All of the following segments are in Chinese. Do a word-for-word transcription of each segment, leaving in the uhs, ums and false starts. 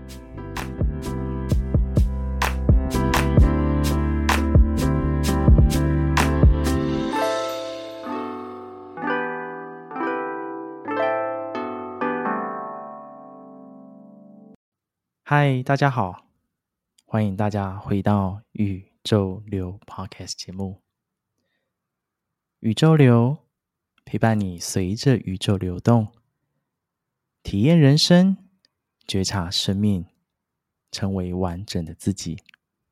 嗨，大家好，欢迎大家回到宇宙流 Podcast 节目。宇宙流陪伴你随着宇宙流动，体验人生，觉察生命，成为完整的自己。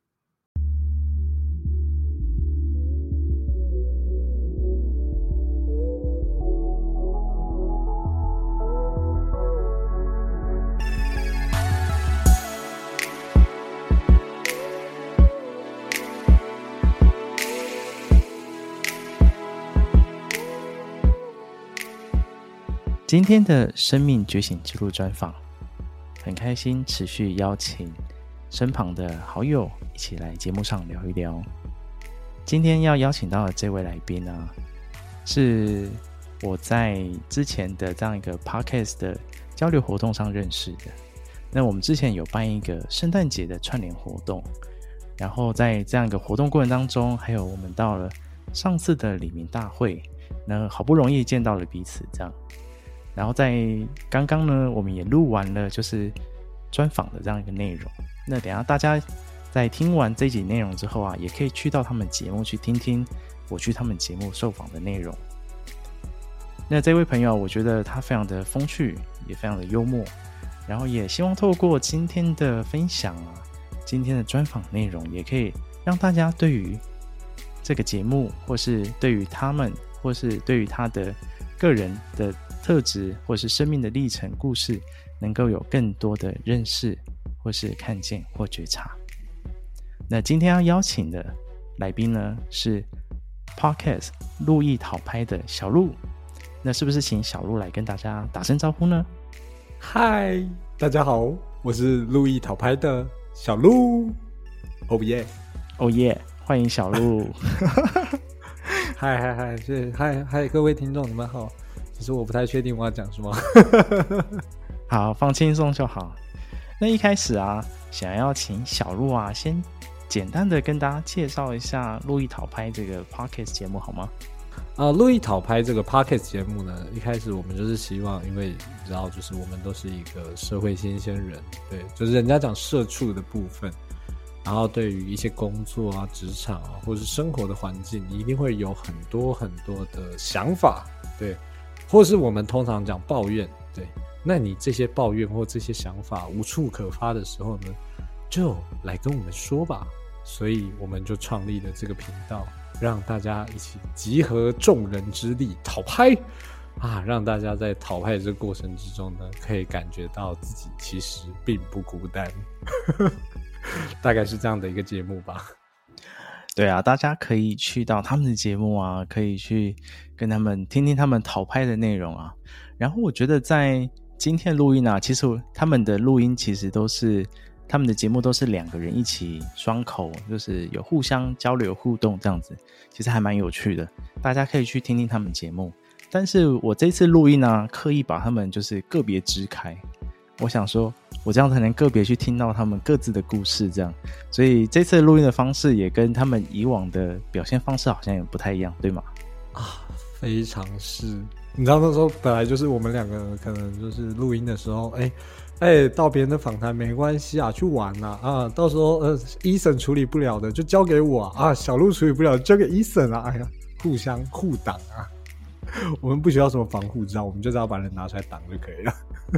今天的生命觉醒之路专访，很开心持续邀请身旁的好友一起来节目上聊一聊。今天要邀请到的这位来宾呢，是我在之前的这样一个 podcast 的交流活动上认识的。那我们之前有办一个圣诞节的串联活动，然后在这样一个活动过程当中，还有我们到了上次的李明大会，那好不容易见到了彼此这样。然后在刚刚呢，我们也录完了就是专访的这样一个内容。那等一下大家在听完这一集内容之后啊，也可以去到他们节目去听听我去他们节目受访的内容。那这位朋友，我觉得他非常的风趣，也非常的幽默，然后也希望透过今天的分享啊，今天的专访内容，也可以让大家对于这个节目，或是对于他们，或是对于他的个人的特质或是生命的历程故事，能够有更多的认识或是看见或觉察。那今天要邀请的来宾呢，是 Podcast 路易讨拍的小鹿。那是不是请小鹿来跟大家打声招呼呢？ 嗨，大家好，我是路易讨拍的小鹿。哦耶， 哦耶，欢迎小鹿。 嗨嗨嗨，是嗨嗨，各位听众，你们好。其实我不太确定我要讲什么。 好，放轻松就好。那一开始啊，想要请小鹿啊，先简单的跟大家介绍一下路易讨拍这个 podcast 节目好吗？ 呃，路易讨拍这个 podcast 节目呢，一开始我们就是希望，因为你知道，就是我们都是一个社会新鲜人，对，就是人家讲社畜的部分，然后对于一些工作啊、职场啊，或是生活的环境，你一定会有很多很多的想法，对。或是我们通常讲抱怨，对，那你这些抱怨或这些想法无处可发的时候呢，就来跟我们说吧。所以我们就创立了这个频道，让大家一起集合众人之力讨拍啊，让大家在讨拍这个过程之中呢，可以感觉到自己其实并不孤单。大概是这样的一个节目吧。 对啊，大家可以去到他们的节目啊，可以去跟他们听听他们讨拍的内容啊。然后我觉得在今天的录音啊，其实他们的录音其实都是他们的节目都是两个人一起双口，就是有互相交流互动这样子，其实还蛮有趣的。大家可以去听听他们节目。但是我这次录音啊，刻意把他们就是个别支开。我想说我这样才能个别去听到他们各自的故事这样，所以这次录音的方式也跟他们以往的表现方式好像也不太一样，对吗？ 啊，非常是。你知道那时候本来就是我们两个可能就是录音的时候，哎哎，到别人的访谈没关系啊，去玩啊啊，到时候呃，Ethan 处理不了的就交给我啊，啊小鹿处理不了就交给 Ethan 啊，哎呀，互相互挡啊。我们不需要什么防护罩，我们就只要把人拿出来挡就可以了。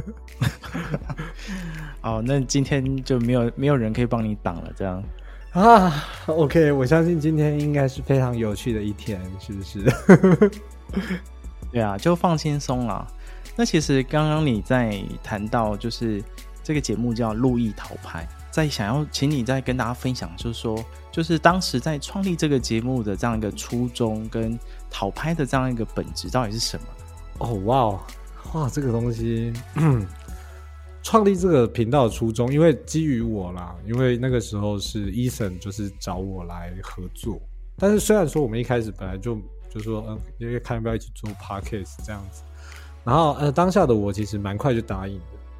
哦，那今天就没有没有人可以帮你挡了，这样啊 ？OK， 我相信今天应该是非常有趣的一天，是不是？ 对啊，就放轻松啦。那其实刚刚你在谈到，就是这个节目叫路易讨拍，在想要请你再跟大家分享，就是说，就是当时在创立这个节目的这样一个初衷，跟讨拍的这样一个本质到底是什么？ 哦，哇哇，这个东西，创立这个频道的初衷，因为基于我啦，因为那个时候是 Ethan 就是找我来合作，但是虽然说我们一开始本来就就说，嗯、呃，因为看要不要一起做 podcast 这样子，然后呃，当下的我其实蛮快就答应的，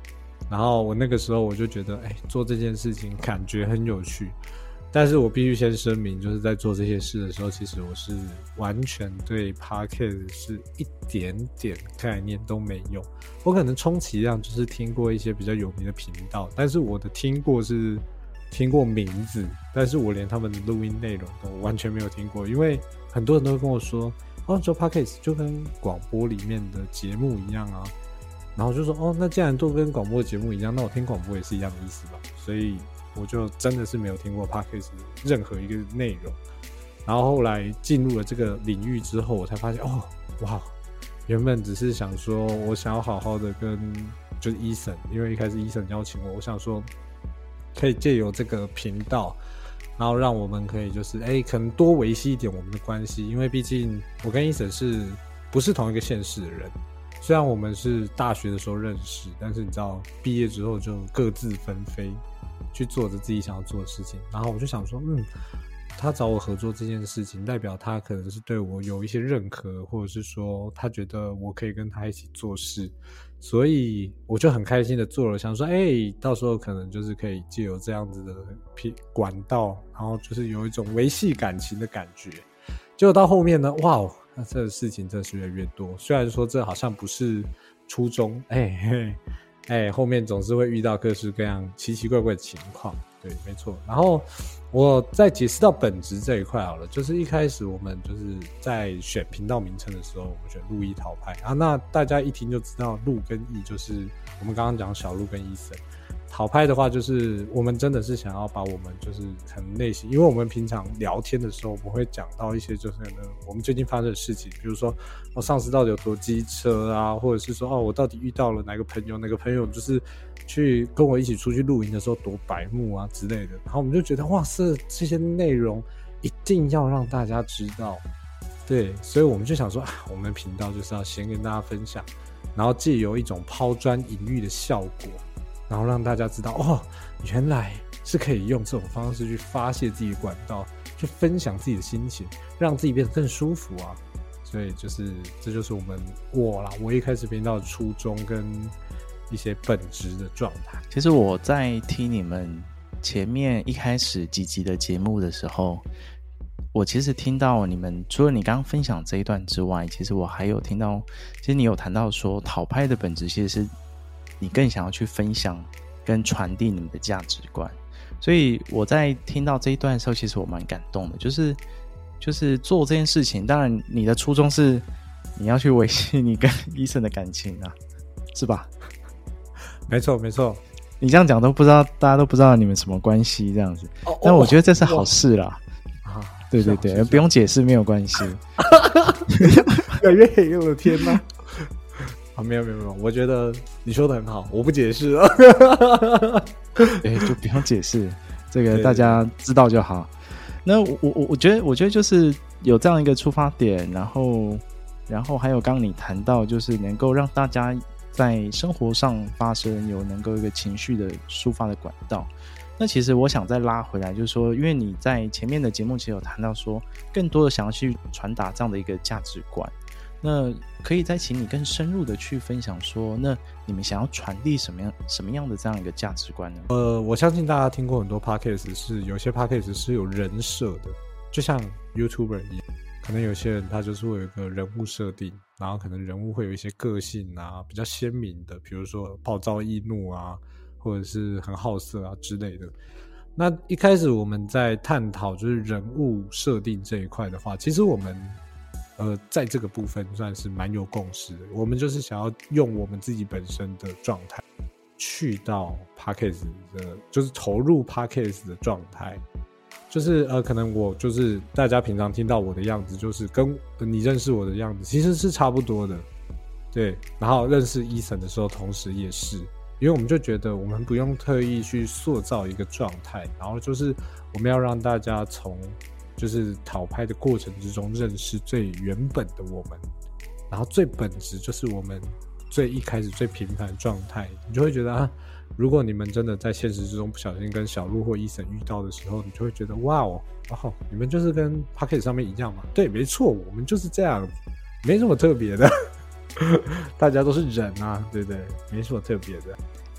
然后我那个时候我就觉得，哎，做这件事情感觉很有趣。但是我必须先声明，就是在做这些事的时候，其实我是完全对 Podcast 是一点点概念都没有。我可能充其量就是听过一些比较有名的频道，但是我的听过是听过名字，但是我连他们的录音内容都完全没有听过。因为很多人都会跟我说，哦，做 Podcast 就跟广播里面的节目一样啊。然后就说，哦，那既然都跟广播节目一样，那我听广播也是一样的意思吧。所以我就真的是没有听过 Podcast 任何一个内容。然后后来进入了这个领域之后，我才发现，哦，哇，原本只是想说我想要好好的跟就是 Eason， 因为一开始 Eason 邀请我，我想说可以借由这个频道，然后让我们可以就是哎，可能多维系一点我们的关系。因为毕竟我跟 Eason 是不是同一个县市的人，虽然我们是大学的时候认识，但是你知道毕业之后就各自纷飞，去做着自己想要做的事情。然后我就想说，嗯，他找我合作这件事情，代表他可能是对我有一些认可，或者是说他觉得我可以跟他一起做事，所以我就很开心的做了，想说，哎，到时候可能就是可以借由这样子的管道，然后就是有一种维系感情的感觉。结果到后面呢，哇，那这个事情真的是越来越多。虽然说这好像不是初衷，哎嘿。哎，后面总是会遇到各式各样奇奇怪怪的情况，对，没错。然后我再解释到本质这一块好了，就是一开始我们就是在选频道名称的时候，我们选陆毅淘拍啊，那大家一听就知道陆跟毅就是我们刚刚讲小陆跟伊森。淘拍的话，就是我们真的是想要把我们就是很内心，因为我们平常聊天的时候，我们会讲到一些就是呢我们最近发生的事情，比如说我、哦、上次到底有多机车啊，或者是说哦我到底遇到了哪个朋友，哪个朋友就是去跟我一起出去露营的时候多白目啊之类的。然后我们就觉得哇，这这些内容一定要让大家知道，对，所以我们就想说，啊，我们频道就是要先跟大家分享，然后借由一种抛砖引玉的效果。然后让大家知道，哦，原来是可以用这种方式去发泄自己的管道，去分享自己的心情，让自己变得更舒服啊。所以就是这就是我们我啦，我一开始频道的初衷跟一些本质的状态。 其实我在听你们前面一开始几集的节目的时候，我其实听到你们除了你刚刚分享这一段之外，其实我还有听到，其实你有谈到说讨拍的本质其实是你更想要去分享跟传递你们的价值观。所以我在听到这一段的时候，其实我蛮感动的，就是就是做这件事情，当然你的初衷是你要去维系你跟医生的感情啊，是吧？ 没错没错， 你这样讲都不知道，大家都不知道你们什么关系这样子，哦，但我觉得这是好事啦。啊，对对对，不用解释，没有关系。 越来越黑，我的天哪！啊，没有没有没有，我觉得你说的很好，我不解释了。 对，就不用解释，这个大家知道就好。那我我我觉得，我觉得就是有这样一个出发点，然后然后还有刚刚你谈到，就是能够让大家在生活上发生有能够一个情绪的抒发的管道。那其实我想再拉回来，就是说，因为你在前面的节目其实有谈到说，更多的想要去传达这样的一个价值观。那可以再请你更深入的去分享说，那你们想要传递什么样什么样的这样一个价值观呢？ 呃，我相信大家听过很多 podcast， 是有些 podcast 是有人设的，就像 YouTuber 一样，可能有些人他就是会有一个人物设定，然后可能人物会有一些个性啊，比较鲜明的，比如说暴躁易怒啊，或者是很好色啊之类的。那一开始我们在探讨就是人物设定这一块的话，其实我们呃，在这个部分算是蛮有共识的。我们就是想要用我们自己本身的状态，去到 Podcast 的，就是投入 Podcast 的状态。就是呃，可能我就是大家平常听到我的样子，就是跟你认识我的样子其实是差不多的，对。然后认识Eason的时候，同时也是，因为我们就觉得我们不用特意去塑造一个状态，然后就是我们要让大家从就是讨拍的过程之中认识最原本的我们，然后最本质就是我们最一开始最平凡的状态。你就会觉得啊，如果你们真的在现实之中不小心跟小鹿或Eason遇到的时候，你就会觉得哇哦，哇，你们就是跟 Podcast 上面一样嘛？对，没错，我们就是这样，没什么特别的，大家都是人啊，对不对？没什么特别的。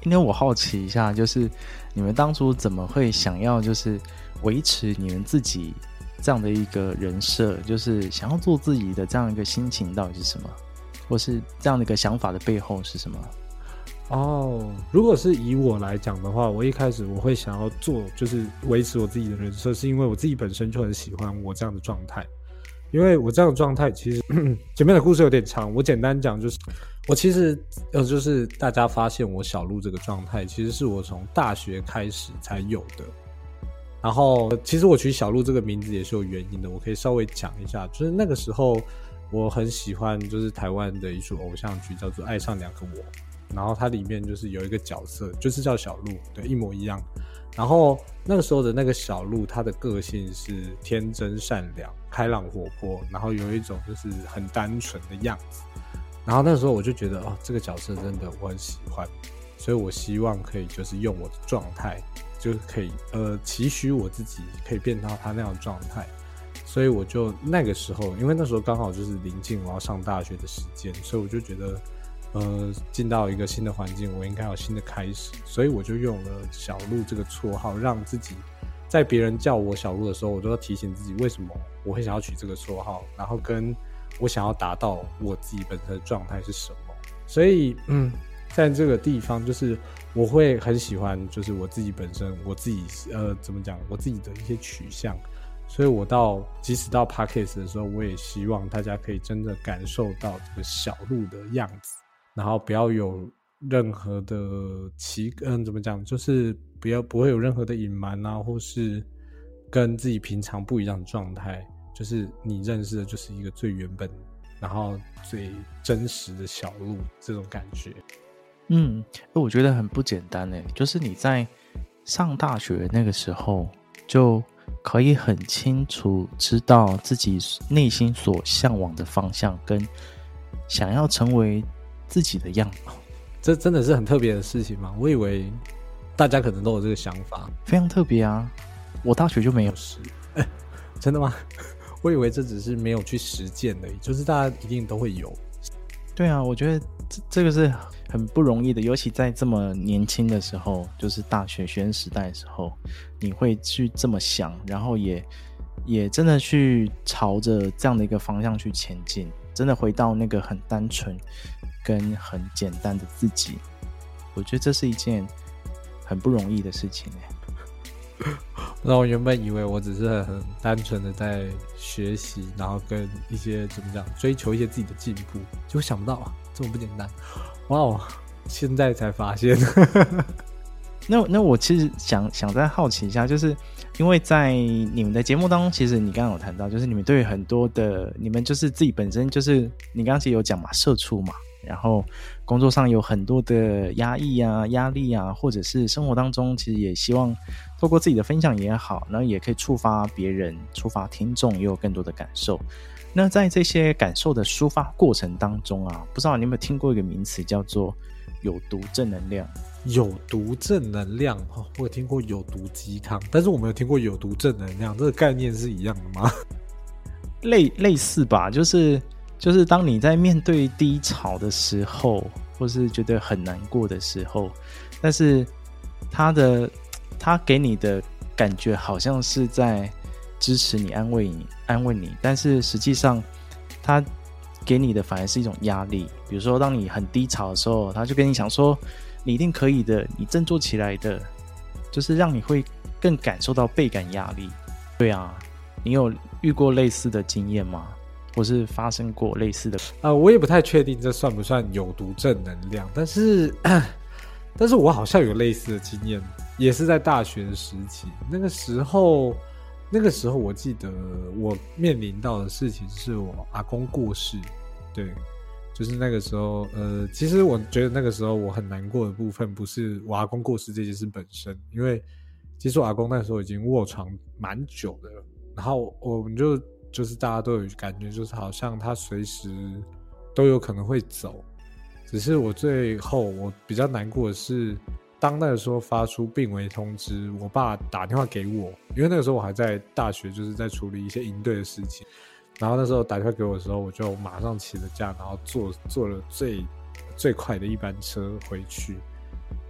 因为我好奇一下，就是你们当初怎么会想要就是维持你们自己这样的一个人设，就是想要做自己的这样一个心情到底是什么，或是这样的一个想法的背后是什么？ 哦，如果是以我来讲的话，我一开始我会想要做就是维持我自己的人设，是因为我自己本身就很喜欢我这样的状态。因为我这样的状态其实前面的故事有点长，我简单讲就是我其实呃就是大家发现我小鹿这个状态其实是我从大学开始才有的。然后其实我取小鹿这个名字也是有原因的，我可以稍微讲一下。就是那个时候我很喜欢就是台湾的一出偶像剧叫做《爱上两个我》，然后它里面就是有一个角色就是叫小鹿，对，一模一样。然后那个时候的那个小鹿，他的个性是天真善良、开朗活泼，然后有一种就是很单纯的样子。然后那时候我就觉得，哦，这个角色真的我很喜欢，所以我希望可以就是用我的状态，就是可以呃期许我自己可以变到他那样的状态。所以我就那个时候，因为那时候刚好就是临近我要上大学的时间，所以我就觉得。呃，进到一个新的环境，我应该有新的开始，所以我就用了小鹿这个绰号，让自己在别人叫我小鹿的时候，我都要提醒自己为什么我会想要取这个绰号，然后跟我想要达到我自己本身的状态是什么。所以，嗯，在这个地方，就是我会很喜欢，就是我自己本身，我自己呃，怎么讲，我自己的一些取向。所以我到即使到 Podcast 的时候，我也希望大家可以真的感受到这个小鹿的样子。然后不要有任何的奇嗯怎么讲，就是不要不会有任何的隐瞒啊，或是跟自己平常不一样的状态，就是你认识的就是一个最原本然后最真实的小鹿这种感觉。 嗯，我觉得很不简单耶，就是你在上大学那个时候就可以很清楚知道自己内心所向往的方向跟想要成为自己的样貌， 这真的是很特别的事情吗？我以为大家可能都有这个想法。 非常特别啊，我大学就没有。 欸，真的吗？我以为这只是没有去实践而已，就是大家一定都会有。 对啊，我觉得 这, 这个是很不容易的，尤其在这么年轻的时候，就是大学学生时代的时候，你会去这么想，然后也也真的去朝着这样的一个方向去前进，真的回到那个很单纯跟很简单的自己，我觉得这是一件很不容易的事情耶。 那我原本以为我只是很单纯的在学习，然后跟一些怎么讲追求一些自己的进步，结果想不到啊，这么不简单。哇哦，现在才发现。 那那我其实想想再好奇一下，就是因为在你们的节目当中，其实你刚刚有谈到，就是你们对于很多的，你们就是自己本身就是你刚刚其实有讲嘛，社畜嘛，然后工作上有很多的压抑啊、压力啊，或者是生活当中其实也希望透过自己的分享也好，然后也可以触发别人、触发听众，也有更多的感受。那在这些感受的抒发过程当中啊，不知道你有没有听过一个名词叫做有毒正能量？ 有毒正能量，哦，我有听过有毒鸡汤，但是我没有听过有毒正能量，这个概念是一样的吗？ 类类似吧，就是就是当你在面对低潮的时候，或是觉得很难过的时候，但是他的他给你的感觉好像是在支持你、安慰你、安慰你，但是实际上他给你的反而是一种压力。比如说，当你很低潮的时候，他就跟你讲说：“你一定可以的，你振作起来的。”就是让你会更感受到倍感压力。对啊，你有遇过类似的经验吗？或是发生过类似的？ 呃，我也不太确定这算不算有毒正能量，但是，但是我好像有类似的经验，也是在大学的时期。那个时候，那个时候我记得我面临到的事情是我阿公过世，对。就是那个时候，呃，其实我觉得那个时候我很难过的部分，不是我阿公过世这件事本身，因为其实我阿公那时候已经卧床蛮久的了，然后我们就就是大家都有感觉，就是好像他随时都有可能会走。只是我最后我比较难过的是，当那个时候发出病危通知，我爸打电话给我，因为那个时候我还在大学，就是在处理一些营队的事情。然后那时候打电话给我的时候，我就马上起了假，然后坐坐了最最快的一班车回去。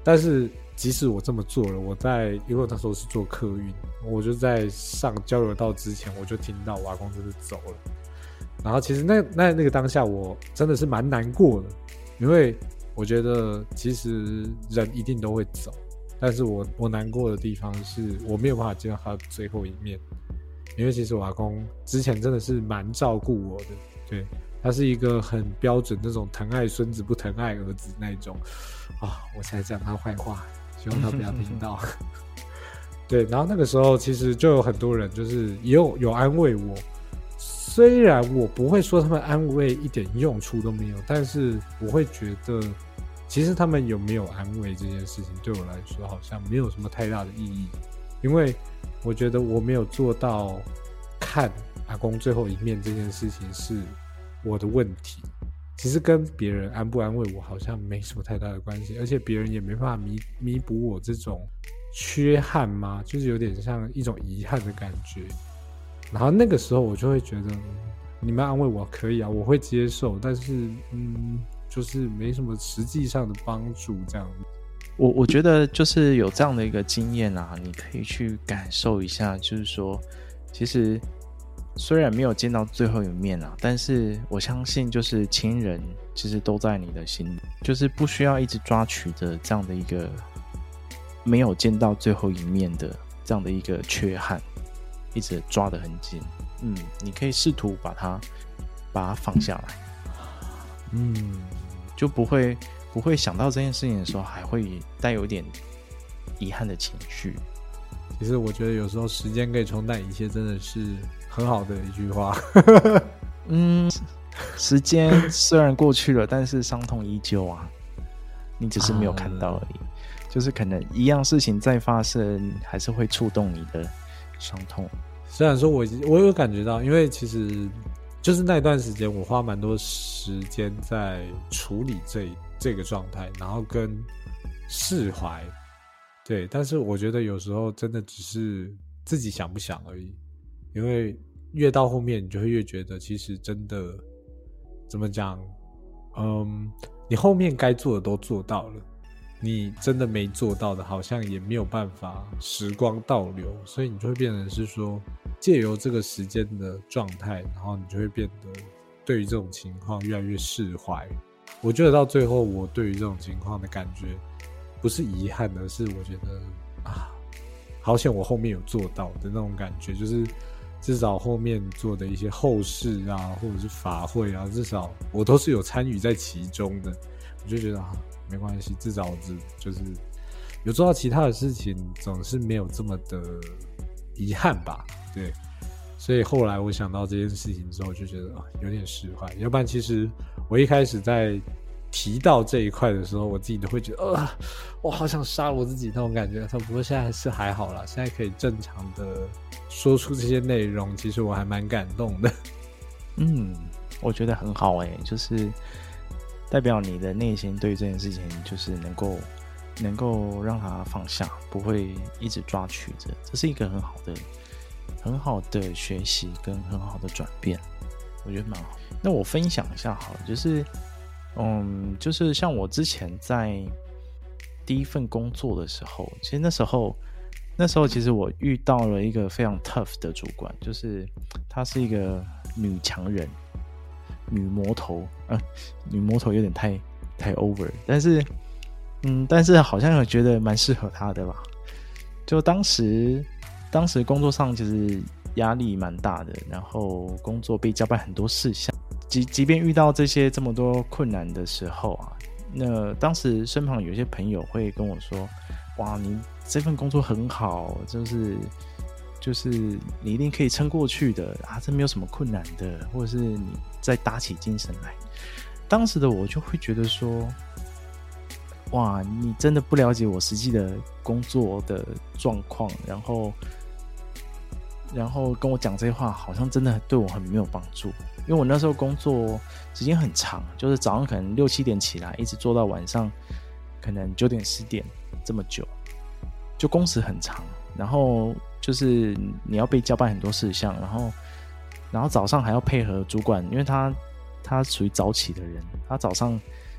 但是即使我这么做了，我在因为我那时候是做客运，我就在上交流道之前，我就听到我阿公真的走了。然后其实那那那个当下，我真的是蛮难过的，因为我觉得其实人一定都会走，但是我我难过的地方是我没有办法见到他最后一面，因为其实我阿公之前真的是蛮照顾我的，对，他是一个很标准那种疼爱孙子不疼爱儿子那种啊，我才讲他坏话，希望他不要听到。对，然后那个时候其实就有很多人就是也有有安慰我。虽然我不会说他们安慰一点用处都没有，但是我会觉得其实他们有没有安慰这件事情对我来说好像没有什么太大的意义，因为我觉得我没有做到看阿公最后一面这件事情是我的问题，其实跟别人安不安慰我好像没什么太大的关系，而且别人也没办法弥弥补我这种缺憾吗？就是有点像一种遗憾的感觉。然后那个时候我就会觉得你们安慰我可以啊，我会接受，但是嗯，就是没什么实际上的帮助这样。 我我觉得就是有这样的一个经验啊，你可以去感受一下，就是说其实虽然没有见到最后一面啊，但是我相信就是亲人其实都在你的心里，就是不需要一直抓取着这样的一个没有见到最后一面的这样的一个缺憾一直抓得很紧，嗯，你可以试图把它把它放下来，嗯，就不会不会想到这件事情的时候还会带有点遗憾的情绪。 其实我觉得有时候时间可以冲淡一切，真的是很好的一句话。 嗯，时间虽然过去了，但是伤痛依旧啊，你只是没有看到而已。啊、就是可能一样事情再发生，还是会触动你的伤痛。 虽然说我我有感觉到，因为其实就是那段时间我花蛮多时间在处理这这个状态，然后跟释怀，对，但是我觉得有时候真的只是自己想不想而已，因为越到后面你就会越觉得其实真的怎么讲，嗯，你后面该做的都做到了，你真的没做到的好像也没有办法时光倒流，所以你就会变成是说借由这个时间的状态，然后你就会变得对于这种情况越来越释怀。我觉得到最后我对于这种情况的感觉不是遗憾，而是我觉得啊，好险我后面有做到的那种感觉，就是至少后面做的一些后事啊或者是法会啊，至少我都是有参与在其中的，我就觉得啊没关系，至少我就是有做到其他的事情，总是没有这么的遗憾吧，对。所以后来我想到这件事情之后，就觉得啊有点释怀。要不然其实我一开始在提到这一块的时候，我自己都会觉得，呃，我好想杀了我自己那种感觉。不过现在是还好啦，现在可以正常的说出这些内容，其实我还蛮感动的。 嗯，我觉得很好诶、欸，就是代表你的内心对这件事情就是能够能够让它放下，不会一直抓取着，这是一个很好的很好的学习跟很好的转变，我觉得蛮好。那我分享一下好了，就是嗯，就是像我之前在第一份工作的时候，其实那时候那时候其实我遇到了一个非常 tough 的主管，就是她是一个女强人，女魔头，呃，女魔头有点太太 over， 但是嗯，但是好像有觉得蛮适合她的吧。就当时当时工作上其实压力蛮大的，然后工作被交办很多事项，即即便遇到这些这么多困难的时候啊，那当时身旁有些朋友会跟我说，哇，你这份工作很好，就是就是你一定可以撑过去的啊，这没有什么困难的，或者是你再打起精神来。当时的我就会觉得说，哇，你真的不了解我实际的工作的状况，然后然后跟我讲这些话，好像真的对我很没有帮助。因为我那时候工作时间很长，就是早上可能六七点起来，一直做到晚上可能九点十点这么久，就工时很长。然后就是你要被交办很多事项，然后然后早上还要配合主管，因为他他属于早起的人，他早上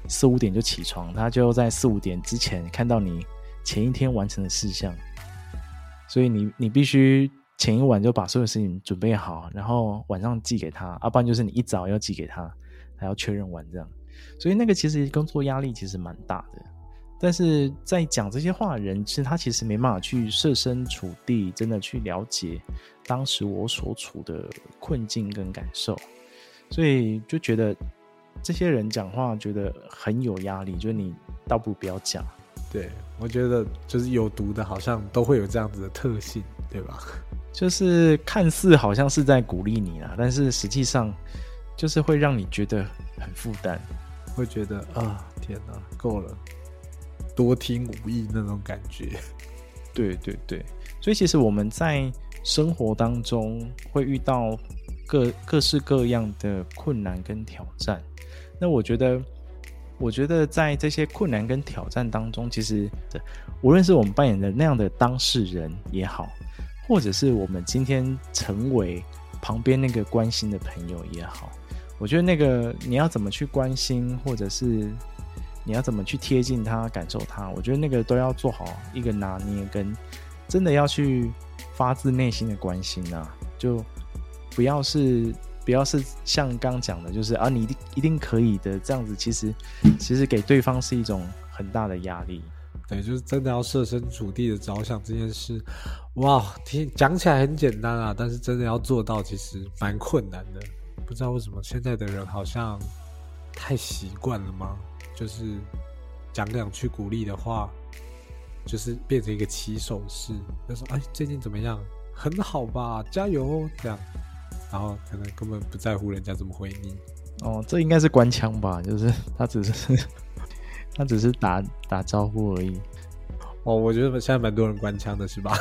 四五点就起床，他就在四五点之前看到你前一天完成的事项，所以你你必须前一晚就把所有事情准备好，然后晚上寄给他，啊，不然就是你一早要寄给他，还要确认完这样，所以那个其实工作压力其实蛮大的。但是在讲这些话的人，其实他其实没办法去设身处地，真的去了解当时我所处的困境跟感受，所以就觉得这些人讲话觉得很有压力，就是你倒不如不要讲。 对，我觉得就是有毒的，好像都会有这样子的特性，对吧？ 就是看似好像是在鼓励你啦，但是实际上就是会让你觉得很负担， 会觉得啊，天哪，够了。多听无益那种感觉。 对对对，所以其实我们在生活当中会遇到各各式各样的困难跟挑战。那我觉得，我觉得在这些困难跟挑战当中，其实无论是我们扮演的那样的当事人也好，或者是我们今天成为旁边那个关心的朋友也好，我觉得那个你要怎么去关心，或者是你要怎么去贴近他感受他，我觉得那个都要做好一个拿捏，跟真的要去发自内心的关心啊，就不要是不要是像刚讲的就是啊你一定一定可以的这样子，其实其实给对方是一种很大的压力。 对，就是真的要设身处地的着想这件事，哇，听讲起来很简单啊，但是真的要做到其实蛮困难的。不知道为什么现在的人好像太习惯了吗？就是讲两句鼓励的话，就是变成一个起手式，就说哎最近怎么样？很好吧，加油这样，然后可能根本不在乎人家怎么回你。 哦，这应该是官腔吧？就是他只是他只是打打招呼而已。 哦，我觉得现在蛮多人官腔的是吧？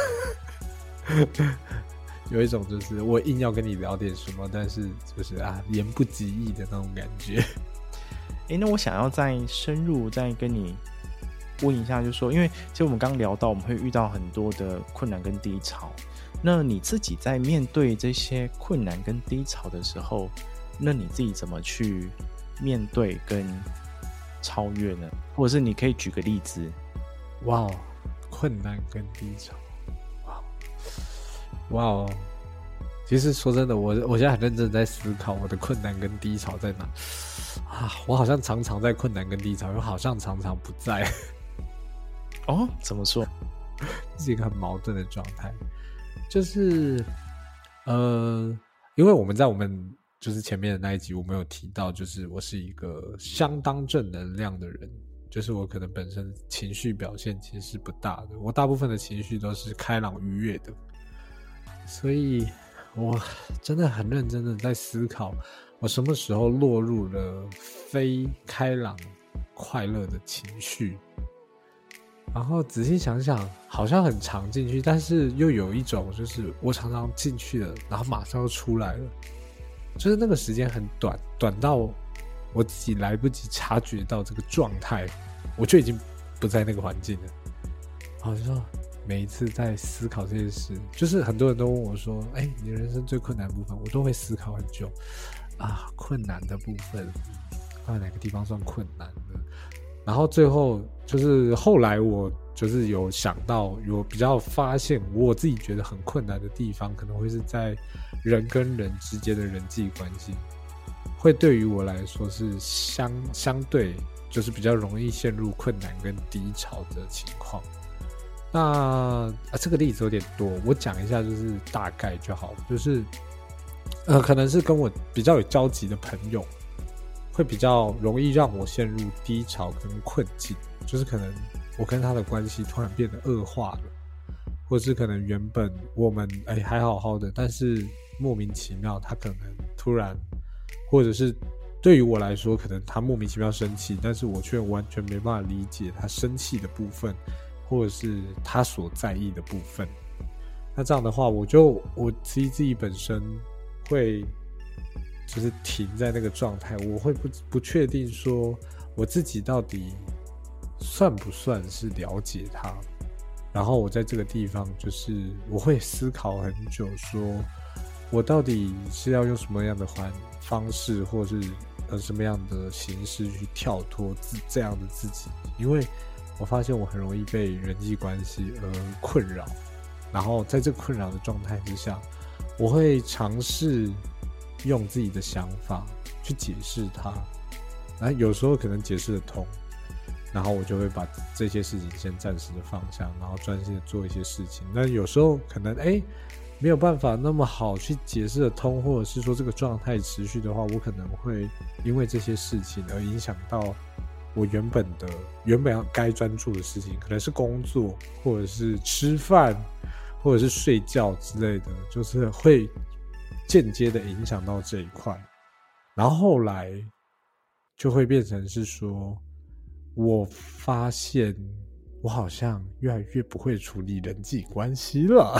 有一种就是我硬要跟你聊点什么，但是就是啊言不及义的那种感觉。 欸，那我想要再深入再跟你问一下，就是说，因为其实我们刚刚聊到我们会遇到很多的困难跟低潮，那你自己在面对这些困难跟低潮的时候，那你自己怎么去面对跟超越呢？或者是你可以举个例子。 哇，困难跟低潮，哇哇哦！其实说真的，我我现在很认真在思考我的困难跟低潮在哪啊！我好像常常在困难跟低潮，又好像常常不在。 哦，怎么说？ 是一个很矛盾的状态，就是呃，因为我们在我们就是前面的那一集，我们有提到，就是我是一个相当正能量的人，就是我可能本身情绪表现其实是不大的，我大部分的情绪都是开朗愉悦的，所以我真的很认真的在思考，我什么时候落入了非开朗快乐的情绪。然后仔细想想，好像很常进去，但是又有一种就是我常常进去了，然后马上又出来了，就是那个时间很短，短到我自己来不及察觉到这个状态，我就已经不在那个环境了。好像每一次在思考这件事，就是很多人都问我说：“哎，你人生最困难的部分？”我都会思考很久啊，困难的部分，到底哪个地方算困难的？然后最后就是后来我就是有想到，有比较发现我自己觉得很困难的地方，可能会是在人跟人之间的人际关系，会对于我来说是相相对就是比较容易陷入困难跟低潮的情况。那啊这个例子有点多，我讲一下就是大概就好，就是呃可能是跟我比较有交集的朋友，会比较容易让我陷入低潮跟困境，就是可能我跟他的关系突然变得恶化了，或是可能原本我们哎还好好的，但是莫名其妙他可能突然，或者是对于我来说可能他莫名其妙生气，但是我却完全没办法理解他生气的部分，或者是他所在意的部分。那这样的话，我就我自己自己本身会就是停在那个状态，我会不不确定说我自己到底算不算是了解他，然后我在这个地方就是我会思考很久，说我到底是要用什么样的方式，或是呃什么样的形式去跳脱自这样的自己，因为我发现我很容易被人际关系而困扰，然后在这个困扰的状态之下，我会尝试用自己的想法去解释它，然后有时候可能解释得通，然后我就会把这些事情先暂时的放下，然后专心的做一些事情。那有时候可能哎没有办法那么好去解释得通，或者是说这个状态持续的话，我可能会因为这些事情而影响到我原本的原本要该专注的事情，可能是工作，或者是吃饭，或者是睡觉之类的，就是会间接的影响到这一块。然后后来就会变成是说，我发现我好像越来越不会处理人际关系了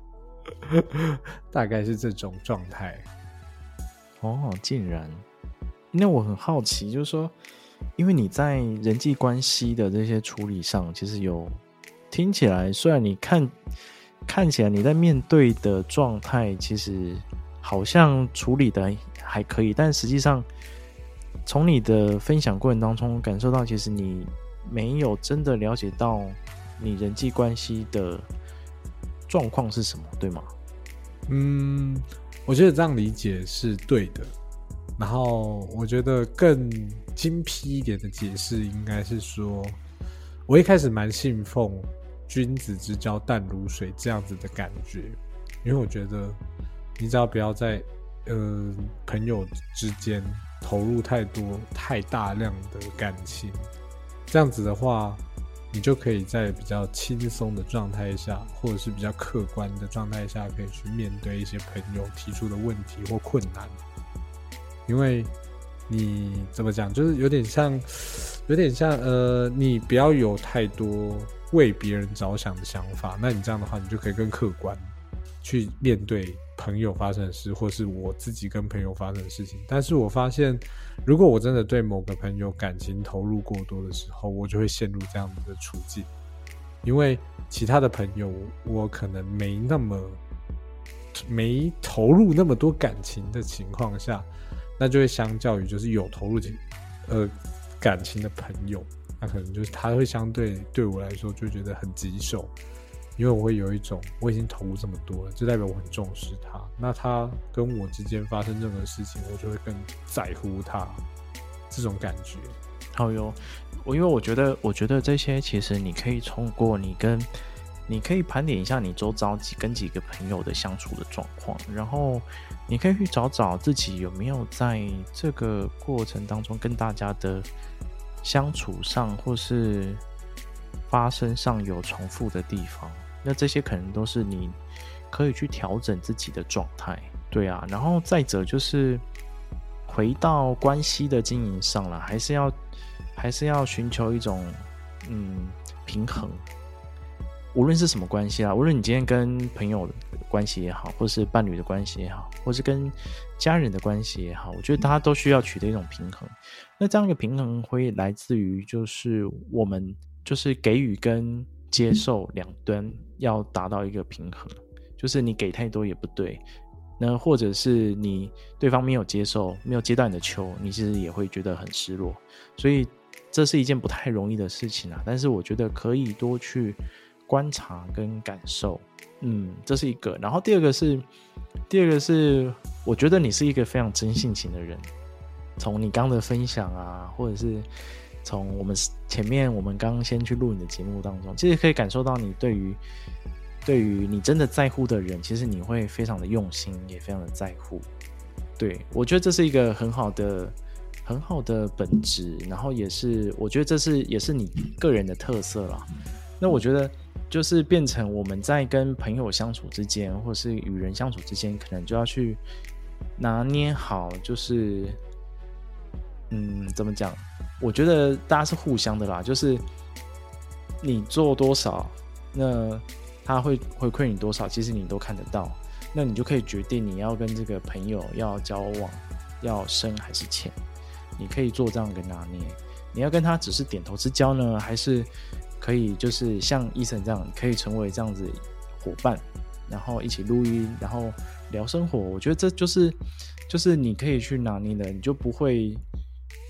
大概是这种状态。 哦，竟然。那我很好奇，就是说因为你在人际关系的这些处理上，其实有听起来，虽然你看看起来你在面对的状态其实好像处理的还可以，但实际上从你的分享过程当中感受到，其实你没有真的了解到你人际关系的状况是什么，对吗？ 嗯，我觉得这样理解是对的。然后我觉得更精辟一点的解释应该是说，我一开始蛮信奉君子之交淡如水这样子的感觉，因为我觉得你只要不要在呃朋友之间投入太多太大量的感情，这样子的话你就可以在比较轻松的状态下，或者是比较客观的状态下，可以去面对一些朋友提出的问题或困难。因为你怎么讲，就是有点像有点像呃，你不要有太多为别人着想的想法，那你这样的话你就可以更客观去面对朋友发生的事，或是我自己跟朋友发生的事情。但是我发现如果我真的对某个朋友感情投入过多的时候，我就会陷入这样的处境，因为其他的朋友我可能没那么没投入那么多感情的情况下，那就会相较于就是有投入呃感情的朋友，那可能就是他会相对对我来说就觉得很棘手，因为我会有一种我已经投入这么多了，就代表我很重视他，那他跟我之间发生任何事情，我就会更在乎他，这种感觉。 好哟，我因为我觉得我觉得这些其实你可以通过你跟你可以盘点一下你周遭几跟几个朋友的相处的状况，然后你可以去找找自己有没有在这个过程当中跟大家的相处上或是发生上有重复的地方，那这些可能都是你可以去调整自己的状态。对啊，然后再者就是回到关系的经营上了，还是要还是要寻求一种嗯平衡。无论是什么关系啦，无论你今天跟朋友的关系也好，或是伴侣的关系也好，或是跟家人的关系也好，我觉得大家都需要取得一种平衡。那这样一个平衡会来自于就是我们就是给予跟接受两端要达到一个平衡，就是你给太多也不对，那或者是你对方没有接受，没有接到你的球，你其实也会觉得很失落，所以这是一件不太容易的事情啊。但是我觉得可以多去观察跟感受，嗯，这是一个。然后第二个是，第二个是，我觉得你是一个非常真性情的人。从你刚的分享啊，或者是从我们前面我们刚先去录你的节目当中，其实可以感受到你对于对于你真的在乎的人，其实你会非常的用心，也非常的在乎。对，我觉得这是一个很好的很好的本质，然后也是我觉得这是也是你个人的特色啦。那我觉得就是变成我们在跟朋友相处之间，或是与人相处之间，可能就要去拿捏好，就是嗯，怎么讲？我觉得大家是互相的啦，就是你做多少，那他会回馈你多少，其实你都看得到，那你就可以决定你要跟这个朋友要交往，要深还是浅，你可以做这样的拿捏。你要跟他只是点头之交呢，还是可以就是像医生这样，可以成为这样子伙伴，然后一起录音，然后聊生活。我觉得这就是就是你可以去拿捏的，你就不会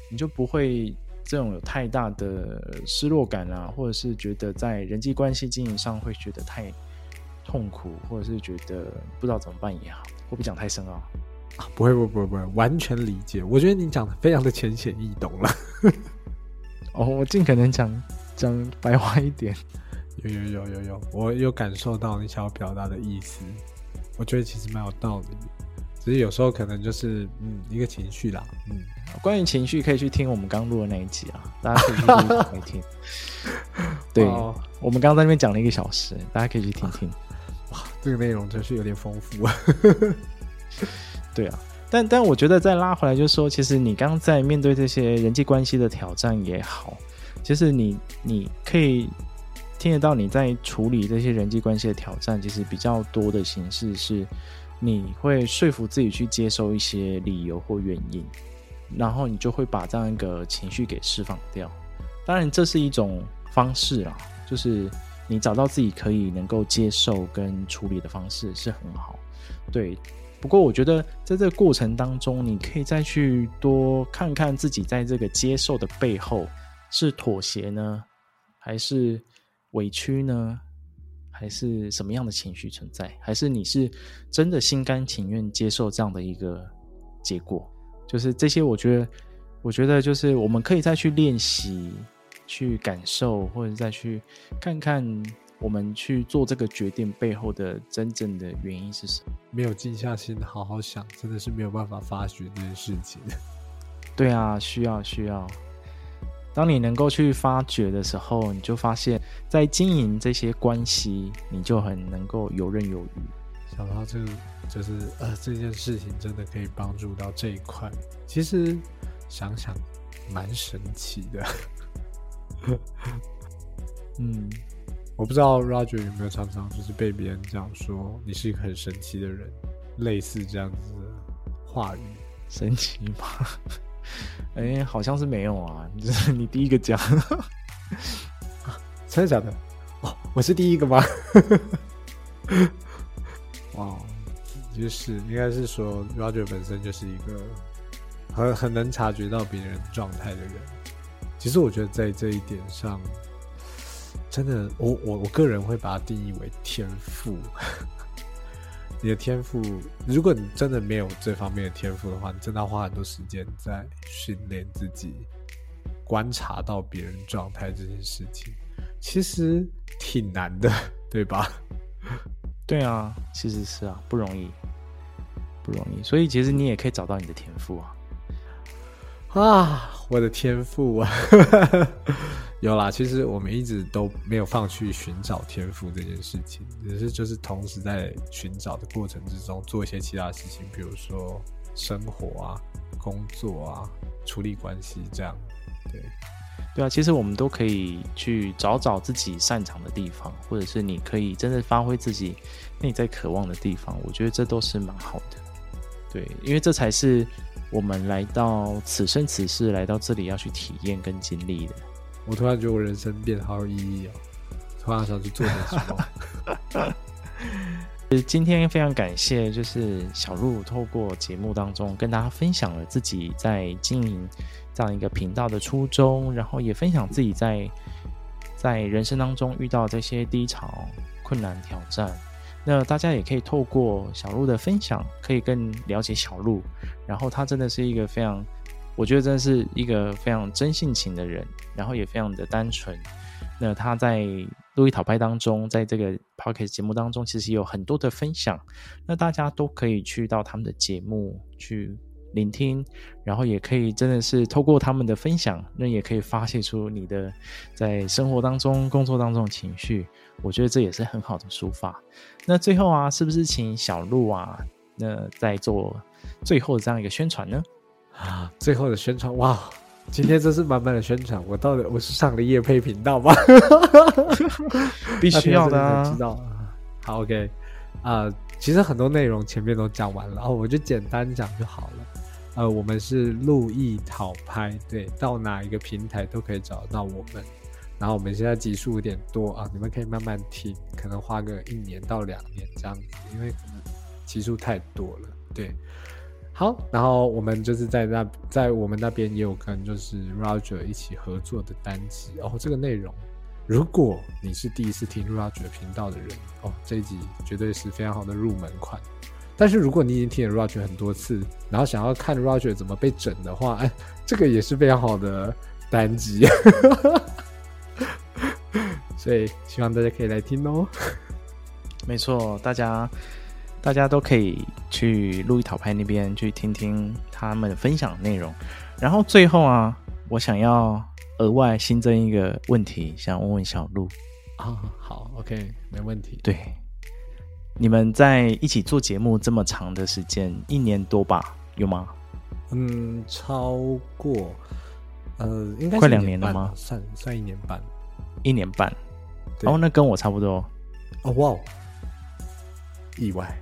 你就不会这种有太大的失落感啊，或者是觉得在人际关系经营上会觉得太痛苦，或者是觉得不知道怎么办也好。会不会讲太深奥啊？不会不会不会不会，完全理解。我觉得你讲的非常的浅显易懂了。 哦，我尽可能讲讲白话一点。 有有有有有，我有感受到你想要表达的意思。我觉得其实蛮有道理，只是有时候可能就是嗯一个情绪啦。嗯， 关于情绪可以去听我们刚录的那一集啊，大家可以去录来听。对，哦、我们刚刚在那边讲了一个小时，大家可以去听听。 哇，这个内容真是有点丰富啊。 对啊，但但我觉得再拉回来就是说，其实你刚在面对这些人际关系的挑战也好，其实你你可以听得到你在处理这些人际关系的挑战，其实比较多的形式是你会说服自己去接受一些理由或原因，然后你就会把这样一个情绪给释放掉。当然这是一种方式啦，就是你找到自己可以能够接受跟处理的方式是很好。对，不过我觉得在这个过程当中，你可以再去多看看自己在这个接受的背后是妥协呢，还是委屈呢，还是什么样的情绪存在，还是你是真的心甘情愿接受这样的一个结果。就是这些我觉得我觉得就是我们可以再去练习，去感受，或者再去看看我们去做这个决定背后的真正的原因是什么。 没有静下心好好想，真的是没有办法发掘这件事情。 对啊，需要需要当你能够去发掘的时候，你就发现在经营这些关系，你就很能够游刃有余。 想到这个就是呃这件事情真的可以帮助到这一块，其实想想蛮神奇的。 嗯， 我不知道 Roger 有没有常常就是被别人讲说你是一个很神奇的人，类似这样子的话语。 神奇吗？哎、欸，好像是没有啊，这是你第一个讲。 啊，真的假的？哦，我是第一个吗？哇，就是应该是说 Roger 本身就是一个很很能察觉到别人状态的人。其实我觉得在这一点上，真的，我我我个人会把它定义为天赋。你的天赋，如果你真的没有这方面的天赋的话，你真的要花很多时间在训练自己，观察到别人状态这件事情，其实挺难的，对吧？ 对啊，其实是啊，不容易，不容易。所以其实你也可以找到你的天赋啊。 啊，我的天赋啊！有啦，其实我们一直都没有放弃寻找天赋这件事情，只是就是同时在寻找的过程之中做一些其他事情，比如说生活啊、工作啊、处理关系这样。对， 对啊，其实我们都可以去找找自己擅长的地方，或者是你可以真的发挥自己内在渴望的地方，我觉得这都是蛮好的。对，因为这才是我们来到此生此世来到这里要去体验跟经历的。 我突然觉得我人生变得好有意义哦，突然想去做点什么。 今天非常感谢，就是小鹿透过节目当中跟大家分享了自己在经营这样一个频道的初衷，然后也分享自己在在人生当中遇到这些低潮、困难、挑战。那大家也可以透过小鹿的分享，可以更了解小鹿。然后他真的是一个非常，我觉得真的是一个非常真性情的人，然后也非常的单纯。那他在路易讨拍当中，在这个 podcast 节目当中，其实有很多的分享。那大家都可以去到他们的节目去聆听，然后也可以真的是透过他们的分享，那也可以发泄出你的在生活当中、工作当中的情绪。我觉得这也是很好的抒发。那最后啊，是不是请小鹿啊，那再做最后的这样一个宣传呢？ 啊，最后的宣传，哇！今天真是满满的宣传，我到底我是上了业配频道吗？ 必须要的啊！ 知道。好 ，OK， 啊、呃，其实很多内容前面都讲完了，然后我就简单讲就好了。呃，我们是路易讨拍，对，到哪一个平台都可以找到我们。然后我们现在集数有点多啊，你们可以慢慢听，可能花个一年到两年这样子，因为可能集数太多了，对。 好，然后我们就是在那在我们那边也有跟就是 Roger 一起合作的单集哦。这个内容，如果你是第一次听 Roger 频道的人哦，这一集绝对是非常好的入门款。但是如果你已经听了 Roger 很多次，然后想要看 Roger 怎么被整的话，哎，这个也是非常好的单集。所以希望大家可以来听哦。 没错，大家大家都可以去路易讨拍那边去听听他们分享的内容。然后最后啊，我想要额外新增一个问题，想问问小路啊。好 OK 没问题。 对，你们在一起做节目这么长的时间，一年多吧，有吗？ 嗯，超过呃应该是快两年了吗？ 算算一年半。 一年半。哦，那跟我差不多。 哦哇，意外。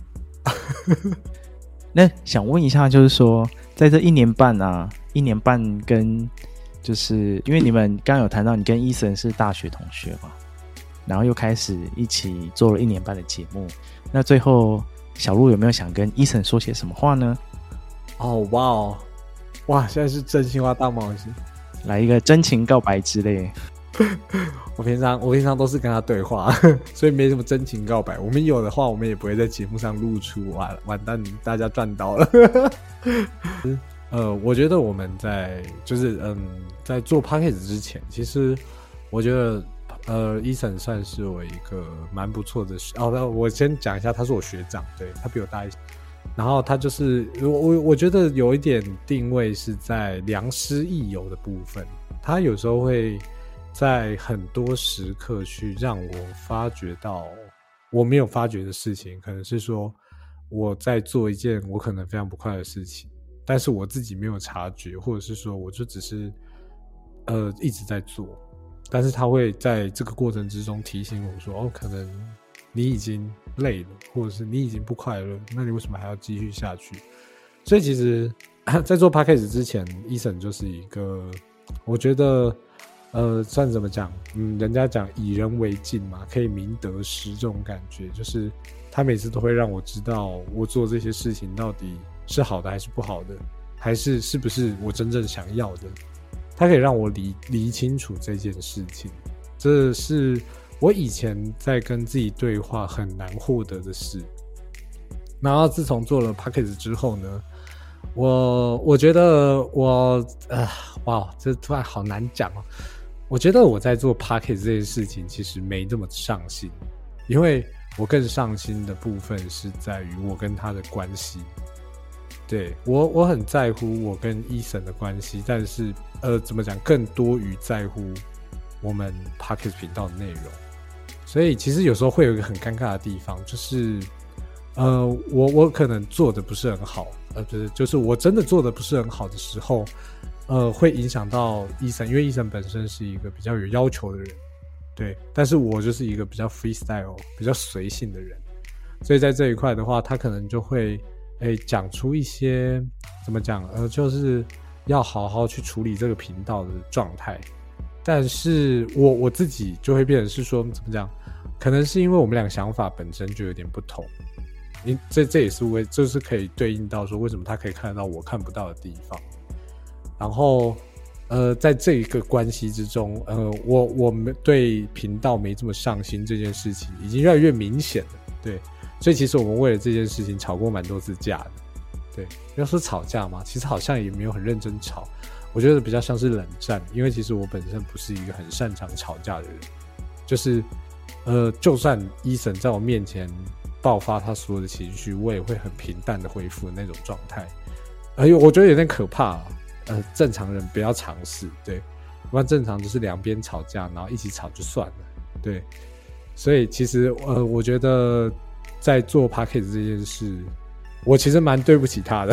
那想问一下，就是说，在这一年半啊，一年半跟就是因为你们刚刚有谈到，你跟伊森是大学同学嘛，然后又开始一起做了一年半的节目。那最后小路有没有想跟伊森说些什么话呢？ 哦哇哦，哇，现在是真心话大冒险， 来一个真情告白之类。 我平常我平常都是跟他对话，所以没什么真情告白。我们有的话，我们也不会在节目上露出。完完蛋，大家赚到了。呃，我觉得我们在就是嗯，在做 podcast 之前，其实我觉得呃，Ethan 算是我一个蛮不错的哦。我先讲一下，他是我学长，对，他比我大一些。然后他就是我我我觉得有一点定位是在良师益友的部分，他有时候会在很多时刻去让我发觉到我没有发觉的事情，可能是说我在做一件我可能非常不快的事情，但是我自己没有察觉，或者是说我就只是呃一直在做，但是他会在这个过程之中提醒我说，哦，可能你已经累了，或者是你已经不快乐，那你为什么还要继续下去？所以其实在做 podcast 之前， Ethan 就是一个我觉得呃，算怎么讲？嗯，人家讲以人为镜嘛，可以明得失这种感觉，就是他每次都会让我知道我做这些事情到底是好的还是不好的，还是是不是我真正想要的。他可以让我理理清楚这件事情，这是我以前在跟自己对话很难获得的事。然后自从做了 Podcast 之后呢，我我觉得我呃，哇，这突然好难讲哦。我觉得我在做 Podcast 这件事情其实没那么上心，因为我更上心的部分是在于我跟他的关系。对，我我很在乎我跟Ethan的关系，但是呃，怎么讲，更多于在乎我们 Podcast 频道的内容。所以其实有时候会有一个很尴尬的地方，就是呃，我我可能做的不是很好，呃，不是，就是我真的做的不是很好的时候，呃，会影响到Ethan，因为Ethan本身是一个比较有要求的人，对，但是我就是一个比较 freestyle、比较随性的人，所以在这一块的话，他可能就会诶讲出一些怎么讲，呃，就是要好好去处理这个频道的状态。但是我我自己就会变成是说怎么讲，可能是因为我们两个想法本身就有点不同，这这也是为就是可以对应到说为什么他可以看得到我看不到的地方。然后呃，在这一个关系之中，呃，我我们对频道没这么上心这件事情已经越来越明显了，对，所以其实我们为了这件事情吵过蛮多次架的，对，要说吵架嘛，其实好像也没有很认真吵。我觉得比较像是冷战，因为其实我本身不是一个很擅长吵架的人，就是呃，就算Ethan在我面前爆发他所有的情绪，我也会很平淡的恢复的那种状态。哎呦，我觉得有点可怕啊。呃，正常人不要尝试，对，不然正常就是两边吵架，然后一起吵就算了，对。所以其实呃，我觉得在做 Podcast 这件事，我其实蛮对不起他的。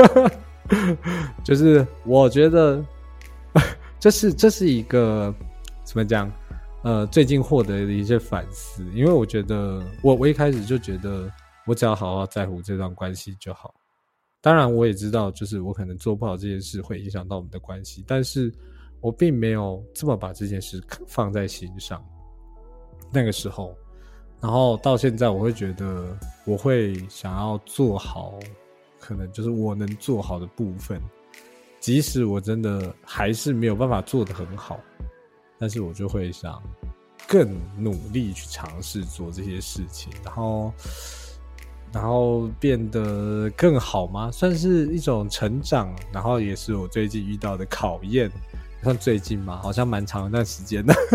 就是我觉得这是这是一个怎么讲，呃，最近获得的一些反思，因为我觉得我我一开始就觉得我只要好好在乎这段关系就好。当然我也知道就是我可能做不好这件事会影响到我们的关系，但是我并没有这么把这件事放在心上那个时候。然后到现在我会觉得我会想要做好可能就是我能做好的部分，即使我真的还是没有办法做得很好，但是我就会想更努力去尝试做这些事情，然后然后变得更好吗？算是一种成长，然后也是我最近遇到的考验。算最近吗？好像蛮长一段时间的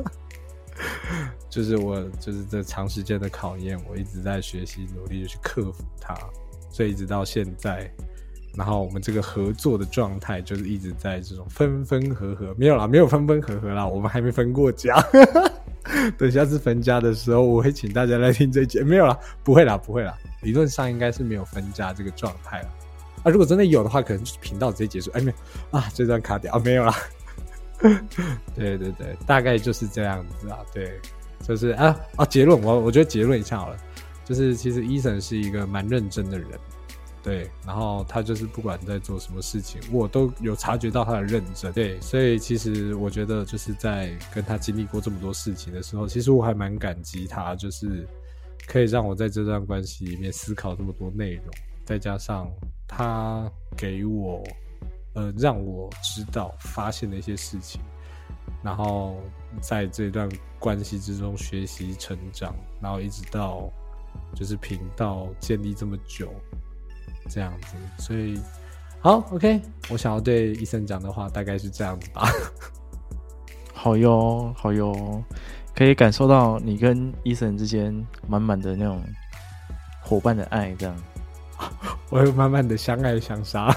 就是我就是这长时间的考验，我一直在学习努力的去克服它，所以一直到现在，然后我们这个合作的状态就是一直在这种分分合合，没有啦，没有分分合合啦，我们还没分过家等下次分家的时候我会请大家来听这一集，没有啦，不会啦不会啦，理论上应该是没有分家这个状态啦。啊，如果真的有的话，可能就是频道直接结束。哎，没有啊，这段卡掉啊，没有啦。对对对，大概就是这样子啊。对，就是啊啊，结论我我觉得结论一下好了，就是其实 Eason 是一个蛮认真的人，对，然后他就是不管在做什么事情，我都有察觉到他的认真。对，所以其实我觉得就是在跟他经历过这么多事情的时候，其实我还蛮感激他，就是可以让我在这段关系里面思考这么多内容，再加上他给我呃，让我知道发现的一些事情，然后在这段关系之中学习成长，然后一直到就是频道建立这么久这样子。所以好 OK， 我想要对Eason讲的话大概是这样子吧。 好哟好哟，可以感受到你跟Eason之间满满的那种伙伴的爱这样。 我会慢慢的相爱相杀。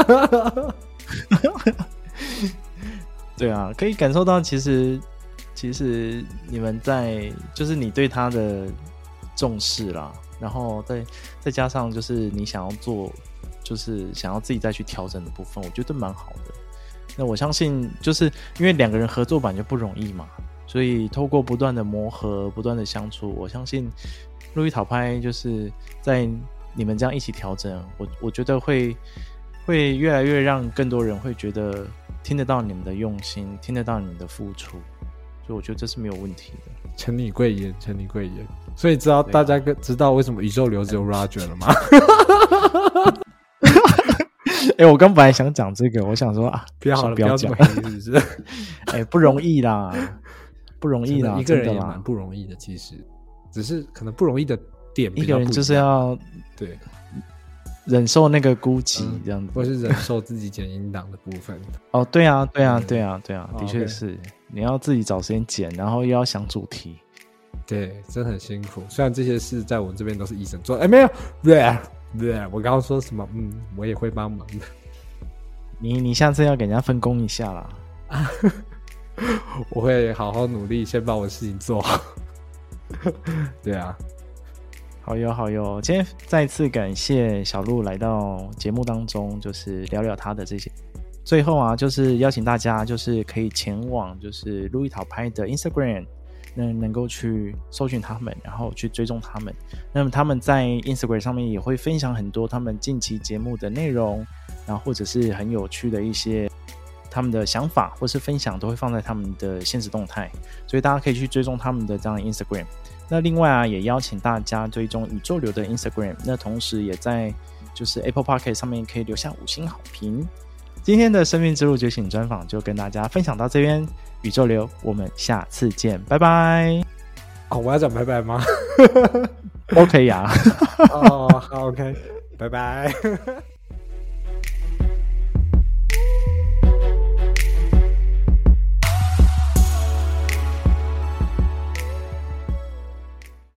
对啊，可以感受到其实其实你们在就是你对他的重视啦，然后再再加上就是你想要做就是想要自己再去调整的部分，我觉得蛮好的。那我相信就是因为两个人合作版就不容易嘛，所以透过不断的磨合不断的相处，我相信路易讨拍就是在你们这样一起调整，我我觉得会会越来越让更多人会觉得听得到你们的用心，听得到你们的付出，所以我觉得这是没有问题的。 承你贵言，承你贵言。所以知道大家知道为什么宇宙流只有 Roger 了吗？ 哎、欸，我刚本来想讲这个，我想说啊， 不要好了， 不要讲， 是不是？ 哎、欸，不容易啦，不容易啦， 一个人也蛮不容易的，其实只是可能不容易的点比较不一样， 一个人就是要对忍受那个孤寂这样子、 嗯，或是忍受自己剪音档的部分。 哦，对啊，对啊，对啊，对啊， 嗯、 的确是，你要自己找时间剪，然后又要想主题， 对，真的很辛苦。虽然这些事在我们这边都是医生做，哎，没有，对对，我刚刚说什么？嗯，我也会帮忙的。 你你下次要给人家分工一下啦。 我会好好努力，先把我的事情做好。对啊。 好哟好哟，今天再次感谢小鹿来到节目当中，就是聊聊他的这些。最后啊，就是邀请大家，就是可以前往就是路易讨拍的 Instagram， 那能够去搜寻他们，然后去追踪他们。那么他们在 Instagram 上面也会分享很多他们近期节目的内容，然后或者是很有趣的一些他们的想法或是分享，都会放在他们的限时动态，所以大家可以去追踪他们的这样的 Instagram。那另外啊，也邀请大家追踪宇宙流的 Instagram， 那同时也在就是 Apple Podcast 上面可以留下五星好评。今天的生命之路觉醒专访就跟大家分享到这边，宇宙流，我们下次见，拜拜。 哦，我要讲拜拜吗？ OK 呀、啊。 哦，好 ，OK， 拜拜。